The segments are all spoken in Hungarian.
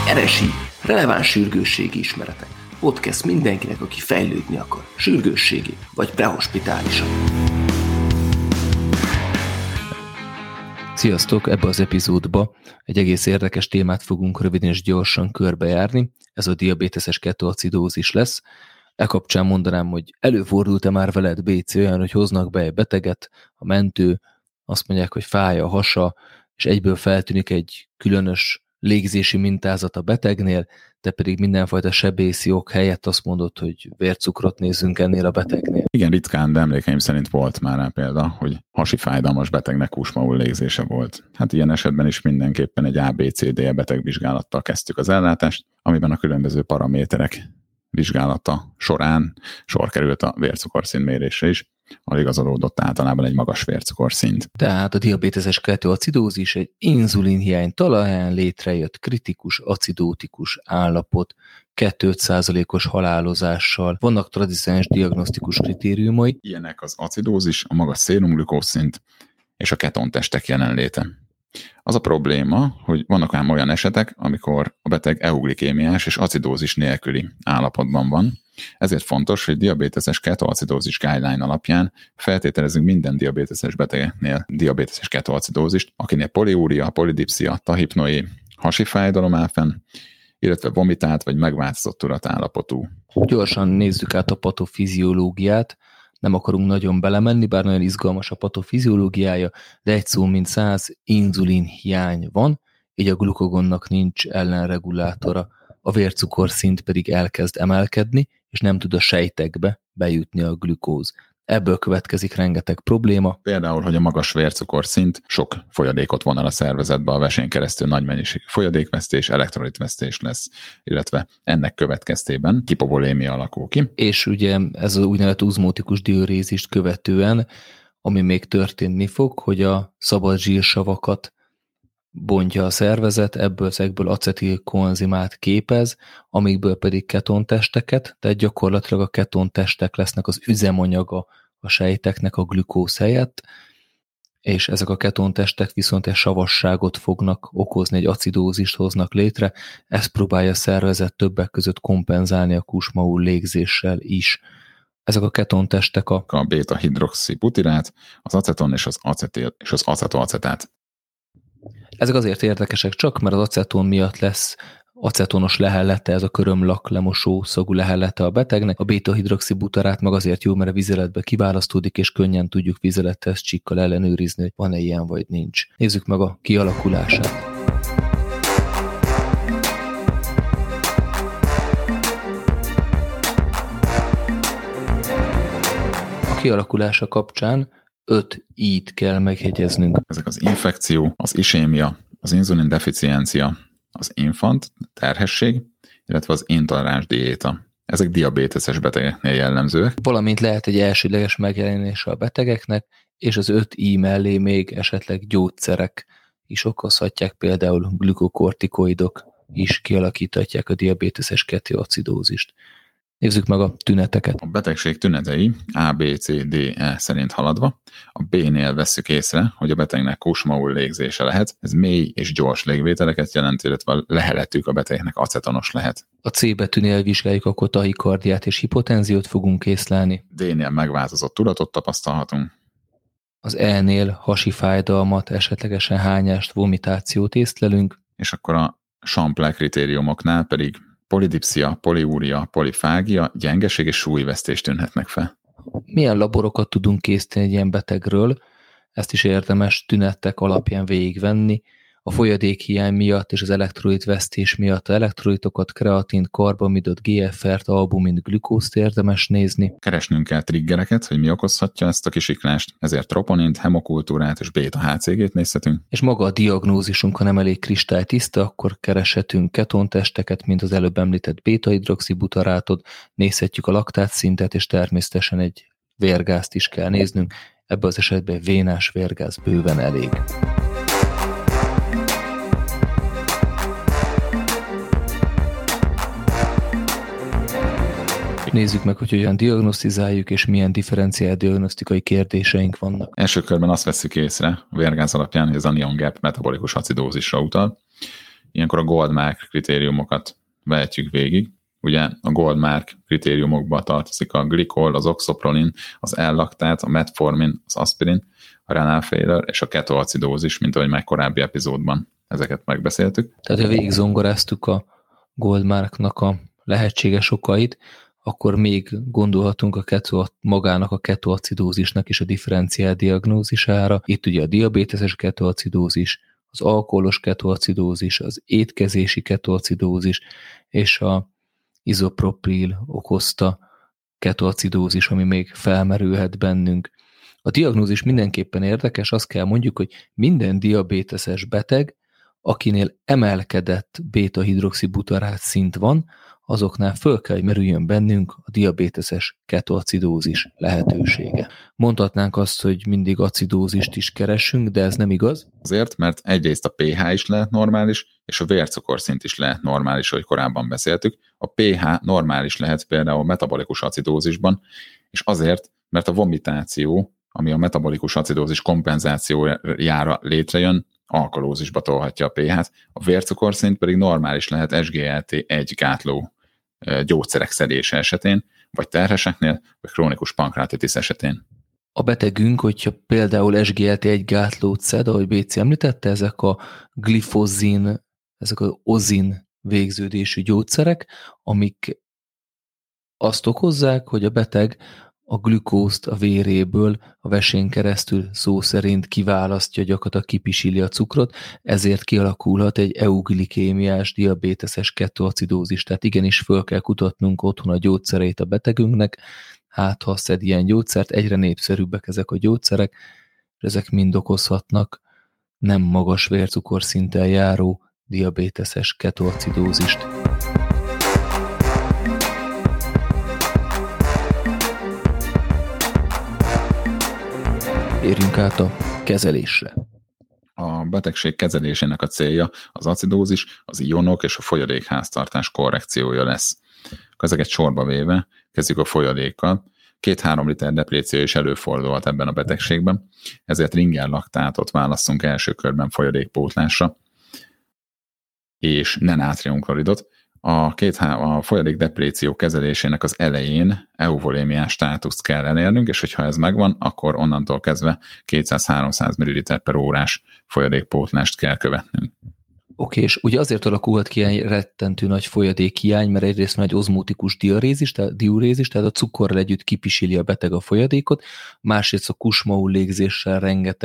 RSI, releváns sürgősségi ismeretek. Podcast mindenkinek, aki fejlődni akar, sürgősségi vagy prehospitálisan. Sziasztok! Ebbe az epizódba egy egész érdekes témát fogunk röviden és gyorsan körbejárni. Ez a diabéteses ketoacidózis lesz. E kapcsán mondanám, hogy előfordult-e már veled BC olyan, hogy hoznak be egy beteget, a mentő, azt mondják, hogy fáj a hasa, és egyből feltűnik egy különös légzési mintázat a betegnél, te pedig mindenfajta sebészi ok helyett azt mondod, hogy vércukrot nézzünk ennél a betegnél. Igen, ritkán, de emlékeim szerint volt már rá példa, hogy hasi fájdalmas betegnek húsmaul légzése volt. Hát ilyen esetben is mindenképpen egy ABCD betegvizsgálattal kezdtük az ellátást, amiben a különböző paraméterek vizsgálata során sor került a vércukorszint mérésre is, ahol igazolódott általában egy magas vércukorszint. Tehát a diabéteses ketoacidózis egy inzulinhiány talaján létrejött kritikus acidótikus állapot 2-5%-os halálozással. Vannak tradicionális diagnosztikus kritériumai. Ilyenek az acidózis, a magas szérumglükózszint és a ketontestek jelenléte. Az a probléma, hogy vannak olyan esetek, amikor a beteg euglikémiás és acidózis nélküli állapotban van. Ezért fontos, hogy diabéteses ketoacidózis guideline alapján feltételezünk minden diabéteses betegeknél diabéteses ketoacidózist, akinél poliúria, polidipszia, tahipnoé, hasi fájdalom áll fenn, illetve vomitált vagy megváltozott tudatállapotú. Gyorsan nézzük át a patofiziológiát. Nem akarunk nagyon belemenni, bár nagyon izgalmas a patofiziológiája, de egy szó mint 100 inzulinhiány van, így a glukagonnak nincs ellenregulátora, a vércukorszint pedig elkezd emelkedni, és nem tud a sejtekbe bejutni a glükóz. Ebből következik rengeteg probléma. Például, hogy a magas vércukorszint sok folyadékot von el a szervezetbe, a vesén keresztül nagy mennyiségű folyadékvesztés, elektrolitvesztés lesz, illetve ennek következtében hipovolémia alakul ki. És ugye ez az úgynevezett uzmótikus diurézist követően, ami még történni fog, hogy a szabad zsírsavakat bontja a szervezet, ebből acetilkoenzimát képez, amikből pedig ketontesteket, tehát gyakorlatilag a ketontestek lesznek az üzemanyaga a sejteknek a glükóz helyett, és ezek a ketontestek viszont egy savasságot fognak okozni, egy acidózist hoznak létre, ezt próbálja a szervezet többek között kompenzálni a kúsmaul légzéssel is. Ezek a ketontestek a beta-hidroxibutirát, az aceton és az acetil és az acetoacetát. Ezek azért érdekesek csak, mert az aceton miatt lesz acetonos lehellete, ez a körömlak lemosó szagú lehellete a betegnek. A beta-hidroxibutarát meg azért jó, mert a vizeletbe kiválasztódik, és könnyen tudjuk vizelettesztcsikkal ellenőrizni, hogy van-e ilyen vagy nincs. Nézzük meg a kialakulását. A kialakulása kapcsán 5 i-t kell megjegyeznünk. Ezek az infekció, az isémia, az inzulindeficiencia, az infant, terhesség, illetve az intoleráns diéta. Ezek diabéteses betegeknél jellemzőek. Valamint lehet egy elsődleges megjelenése a betegeknek, és az 5 i mellé még esetleg gyógyszerek is okozhatják, például glükokortikoidok is kialakíthatják a diabéteses ketoacidózist. Nézzük meg a tüneteket. A betegség tünetei A, B, C, D, E szerint haladva. A B-nél vesszük észre, hogy a betegnek kúsmaul légzése lehet. Ez mély és gyors légvételeket jelent, illetve a leheletük a betegnek acetonos lehet. A C betűnél vizsgáljuk, akkor tahikardiát és hipotenziót fogunk észlelni. D-nél megváltozott tudatot tapasztalhatunk. Az E-nél hasi fájdalmat, esetlegesen hányást, vomitációt észlelünk. És akkor a Champlain kritériumoknál pedig polidipszia, poliúria, polifágia, gyengeség és súlyvesztés tűnhetnek fel. Milyen laborokat tudunk készíteni egy ilyen betegről? Ezt is érdemes tünetek alapján végigvenni. A folyadékhiány miatt és az elektrolitvesztés miatt a elektrolitokat, kreatint, karbamidot, GFR-t, albumint, glükózt érdemes nézni. Keresnünk kell triggereket, hogy mi okozhatja ezt a kisiklást, ezért troponint, hemokultúrát és beta-HCG-t nézhetünk. És maga a diagnózisunk, ha nem elég kristálytiszta, akkor kereshetünk ketontesteket, mint az előbb említett beta-hidroxibutarátot, nézhetjük a laktátszintet, és természetesen egy vérgázt is kell néznünk. Ebben az esetben vénás vérgáz bőven elég. Nézzük meg, hogy hogyan diagnosztizáljuk, és milyen differenciált diagnosztikai kérdéseink vannak. Első körben azt vesszük észre, a vérgáz alapján, hogy az anion gap metabolikus acidózisra utal, ilyenkor a Goldmark kritériumokat vehetjük végig. Ugye a Goldmark kritériumokba tartozik a glikol, az oxoprolin, az L-laktát, a metformin, az aspirin, a renal failure és a ketoacidózis, mint ahogy már korábbi epizódban ezeket megbeszéltük. Tehát, ha végig zongoráztuk a Goldmarknak a lehetséges okait, akkor még gondolhatunk magának a ketoacidózisnak is a differenciált diagnózisára. Itt ugye a diabéteses ketoacidózis, az alkoholos ketoacidózis, az étkezési ketoacidózis, és a izopropril okozta ketoacidózis, ami még felmerülhet bennünk. A diagnózis mindenképpen érdekes, azt kell mondjuk, hogy minden diabéteses beteg, akinél emelkedett beta-hidroxibutarát szint van, azoknál föl kell, hogy merüljön bennünk a diabéteses ketoacidózis lehetősége. Mondhatnánk azt, hogy mindig acidózist is keresünk, de ez nem igaz. Azért, mert egyrészt a pH is lehet normális, és a vércukorszint is lehet normális, ahogy korábban beszéltük. A pH normális lehet például metabolikus acidózisban, és azért, mert a vomitáció, ami a metabolikus acidózis kompenzációjára létrejön, alkalózisba tolhatja a pH-t, a vércukorszint pedig normális lehet SGLT1 gátló gyógyszerek szedése esetén, vagy terheseknél, vagy krónikus pankreatitis esetén. A betegünk, hogyha például SGLT1 gátlót szed, ahogy Béci említette, ezek a glifozin, ezek az ozin végződésű gyógyszerek, amik azt okozzák, hogy a beteg a glükózt a véréből a vesén keresztül szó szerint kiválasztja, gyakorlatilag kipisíli a cukrot, ezért kialakulhat egy euglikémiás, diabéteses ketoacidózis. Tehát igenis föl kell kutatnunk otthon a gyógyszereit a betegünknek, hát ha szed ilyen gyógyszert, egyre népszerűbbek ezek a gyógyszerek, és ezek mind okozhatnak nem magas vércukorszinten járó diabéteses ketoacidózist. Érjünk át a kezelésre. A betegség kezelésének a célja az acidózis, az ionok és a folyadékháztartás korrekciója lesz. Ezeket sorba véve kezdjük a folyadékkal. 2-3 liter depléció is előfordulhat ebben a betegségben, ezért ringerlaktátot választunk első körben folyadékpótlásra, és ne nátriumkloridot. A folyadék depléció kezelésének az elején euvolémiás státuszt kell elérnünk, és hogyha ez megvan, akkor onnantól kezdve 200-300 ml per órás folyadékpótlást kell követnünk. Oké, és ugye azért alakulhat ki egy rettentő nagy folyadékhiány, mert egyrészt van egy ozmotikus diurézis, tehát a cukorral együtt kipisíli a beteg a folyadékot, másrészt a Kussmaul légzéssel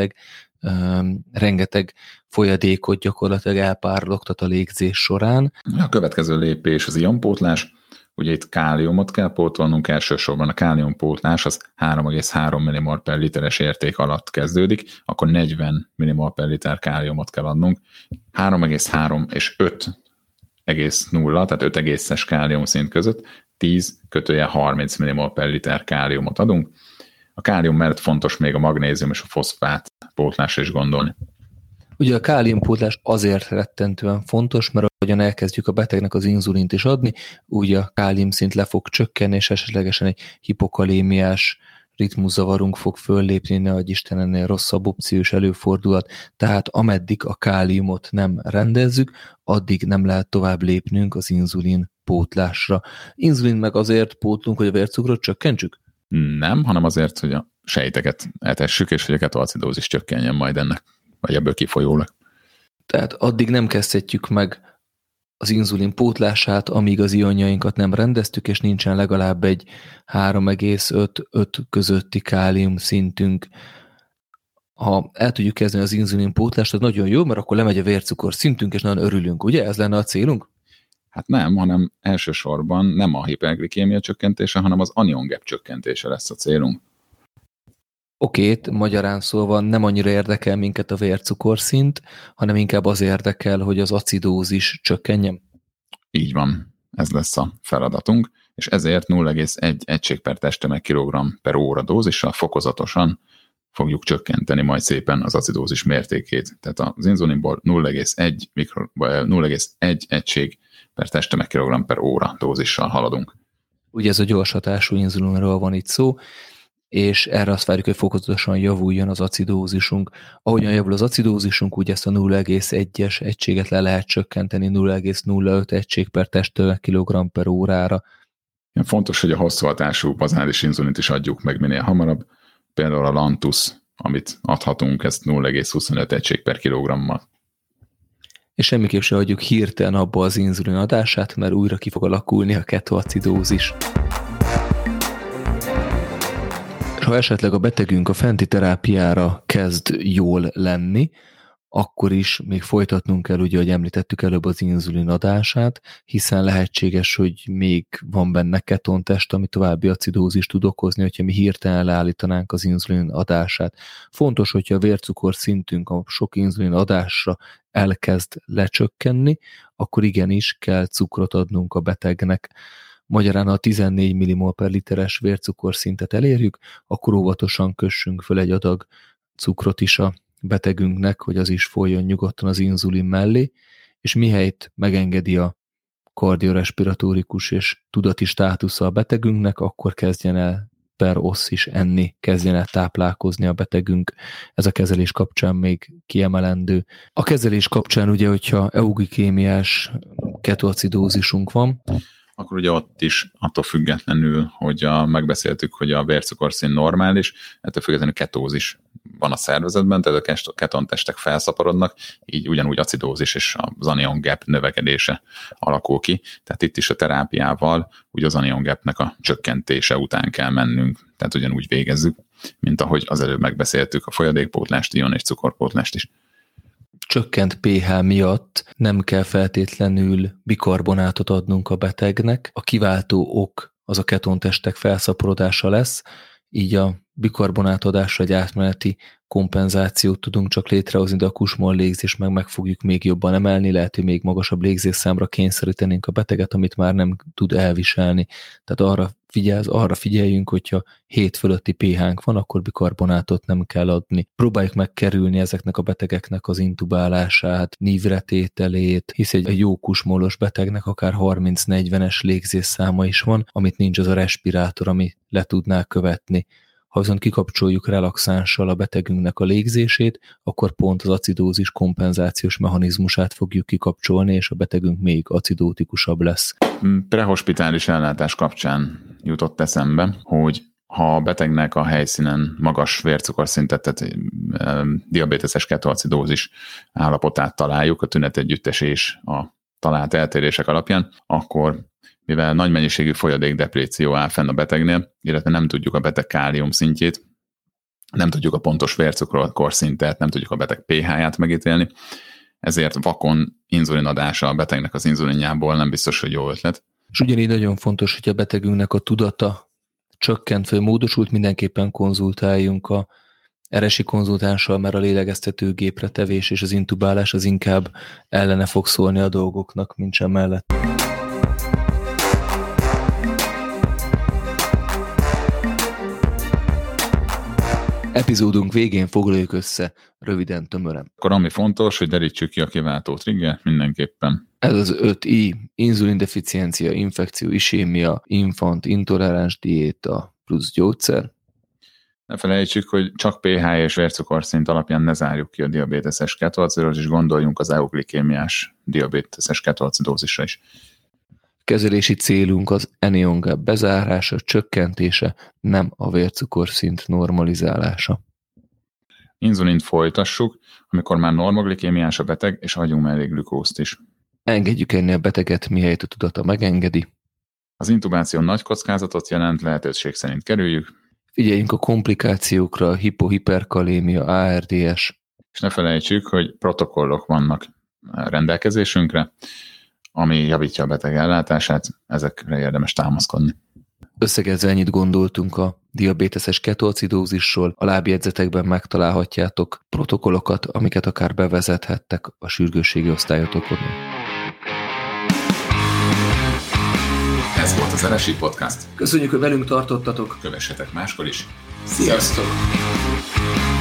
rengeteg folyadékot gyakorlatilag elpárologtat a légzés során. A következő lépés az ionpótlás. Ugye itt káliumot kell pótolnunk, elsősorban a káliumpótlás az 3,3 mmol per literes érték alatt kezdődik, akkor 40 mmol per liter káliumot kell adnunk. 3,3 és 5,0, tehát 5 egészes kálium szint között 10/30 mmol per liter káliumot adunk. A kálium mellett fontos még a magnézium és a foszfát pótlásra is gondolni. Ugye a káliumpótlás azért rettentően fontos, mert ahogyan elkezdjük a betegnek az inzulint is adni, úgy a káliumszint le fog csökkenni, és esetlegesen egy hipokalémiás ritmuszavarunk fog föllépni, ne adj Isten, ennél rosszabb opció is előfordulhat. Tehát ameddig a káliumot nem rendezzük, addig nem lehet tovább lépnünk az inzulin pótlásra. Inzulin meg azért pótlunk, hogy a vércukrot csökkentsük? Nem, hanem azért, hogy a sejteket etessük, és hogy a ketoacidózis csökkenjen majd ennek, vagy ebből kifolyólag. Tehát addig nem kezdhetjük meg az inzulin pótlását, amíg az ionjainkat nem rendeztük, és nincsen legalább egy 3,5 közötti kálium szintünk. Ha el tudjuk kezdeni az inzulin pótlást, az nagyon jó, mert akkor lemegy a vércukor szintünk, és nagyon örülünk, ugye? Ez lenne a célunk? Hát nem, hanem elsősorban nem a hiperglikémia csökkentése, hanem az anion gap csökkentése lesz a célunk. Oké, magyarán szólva nem annyira érdekel minket a vércukorszint, hanem inkább az érdekel, hogy az acidózis csökkenjen. Így van, ez lesz a feladatunk, és ezért 0,1 egység per testtömeg kilogramm per óra dózissal fokozatosan fogjuk csökkenteni majd szépen az acidózis mértékét. Tehát az inzulinból 0,1 egység per testtömeg kilogramm per óra dózissal haladunk. Ugye ez a gyors hatású inzulinról van itt szó, és erre azt várjuk, hogy fokozatosan javuljon az acidózisunk. Ahogyan javul az acidózisunk, úgy ezt a 0,1-es egységet le lehet csökkenteni 0,05 egység per testtömeg kilogramm per órára. Fontos, hogy a hosszú hatású bazális inzulint is adjuk meg minél hamarabb. Például a Lantus, amit adhatunk, ezt 0,25 egység per kilogrammal. És semmiképp se hagyjuk hirtelen abba az inzulin adását, mert újra ki fog alakulni a ketoacidózis. Ha esetleg a betegünk a fenti terápiára kezd jól lenni, akkor is még folytatnunk kell, ugye, ahogy említettük előbb, az inzulin adását, hiszen lehetséges, hogy még van benne ketontest, ami további acidózist tud okozni, hogyha mi hirtelen leállítanánk az inzulin adását. Fontos, hogyha a vércukor szintünk a sok inzulin adásra elkezd lecsökkenni, akkor igenis kell cukrot adnunk a betegnek. Magyarán, ha a 14 millimol per literes vércukorszintet elérjük, akkor óvatosan kössünk föl egy adag cukrot is a betegünknek, hogy az is folyjon nyugodtan az inzulin mellé, és mihelyt megengedi a kardiorespiratórikus és tudati státusza a betegünknek, akkor kezdjen el per ossz is enni, kezdjen el táplálkozni a betegünk. Ez a kezelés kapcsán még kiemelendő. A kezelés kapcsán ugye, hogyha euglikémiás ketoacidózisunk van, akkor ugye ott is attól függetlenül, hogy megbeszéltük, hogy a vércukorszint normális, ettől függetlenül ketózis van a szervezetben, tehát a ketontestek felszaporodnak, így ugyanúgy acidózis és az anion gap növekedése alakul ki. Tehát itt is a terápiával úgy az anion gapnek a csökkentése után kell mennünk, tehát ugyanúgy végezzük, mint ahogy az előbb megbeszéltük a folyadékpótlást, ion és cukorpótlást is. Csökkent pH miatt nem kell feltétlenül bikarbonátot adnunk a betegnek. A kiváltó ok az a ketontestek felszaporodása lesz, így a bikarbonátadásra egy átmeneti kompenzációt tudunk csak létrehozni, de a kusmol légzés meg fogjuk még jobban emelni, lehet, hogy még magasabb légzésszámra kényszerítenénk a beteget, amit már nem tud elviselni. Tehát arra figyeljünk, hogyha 7 fölötti pH-nk van, akkor bikarbonátot nem kell adni. Próbáljuk megkerülni ezeknek a betegeknek az intubálását, nívretételét, hisz egy jó kusmolos betegnek akár 30-40-es légzésszáma is van, amit nincs az a respirátor, ami le tudná követni. Ha viszont kikapcsoljuk relaxánssal a betegünknek a légzését, akkor pont az acidózis kompenzációs mechanizmusát fogjuk kikapcsolni, és a betegünk még acidótikusabb lesz. Prehospitális ellátás kapcsán jutott eszembe, hogy ha a betegnek a helyszínen magas vércukorszintet, tehát diabéteses ketoacidózis állapotát találjuk, a tünetegyüttes és a talált eltérések alapján, akkor mivel nagy mennyiségű folyadékdepréció áll fenn a betegnél, illetve nem tudjuk a beteg kálium szintjét, nem tudjuk a pontos vércukorszintet, nem tudjuk a beteg pH-ját megítélni, ezért vakon inzulinadása a betegnek az inzulinjából nem biztos, hogy jó ötlet. És ugyanígy nagyon fontos, hogy a betegünknek a tudata csökkent vagy módosult, mindenképpen konzultáljunk a RSI konzultánssal, mert a lélegeztetőgépre tevés és az intubálás az inkább ellene fog szólni a dolgoknak, mint sem mellett. Epizódunk végén foglaljuk össze röviden, tömören. Akkor ami fontos, hogy derítsük ki a kiváltó trigger mindenképpen. Ez az 5I, inzulindeficiencia, infekció, isémia, infant, intoleráns diéta plusz gyógyszer. Ne felejtsük, hogy csak pH és vércukorszint alapján ne zárjuk ki a diabéteses ketoacidózist, és gondoljunk az euglikémiás diabéteses ketoacidózisra is. Kezelési célunk az anion gap bezárása, csökkentése, nem a vércukorszint normalizálása. Inzulint folytassuk, amikor már normoglikémiás a beteg, és adjunk mellé glükózt is. Engedjük enni a beteget, mihelyt a tudata megengedi. Az intubáció nagy kockázatot jelent, lehetőség szerint kerüljük. Figyeljünk a komplikációkra, hipohiperkalémia, ARDS. És ne felejtsük, hogy protokollok vannak rendelkezésünkre, ami javítja a beteg ellátását, ezekre érdemes támaszkodni. Összegezve ennyit gondoltunk a diabéteses ketoacidózisról, a lábjegyzetekben megtalálhatjátok protokollokat, amiket akár bevezethettek a sürgősségi osztályotokon. Ez volt az RSI Podcast. Köszönjük, hogy velünk tartottatok. Kövessetek máskor is. Sziasztok!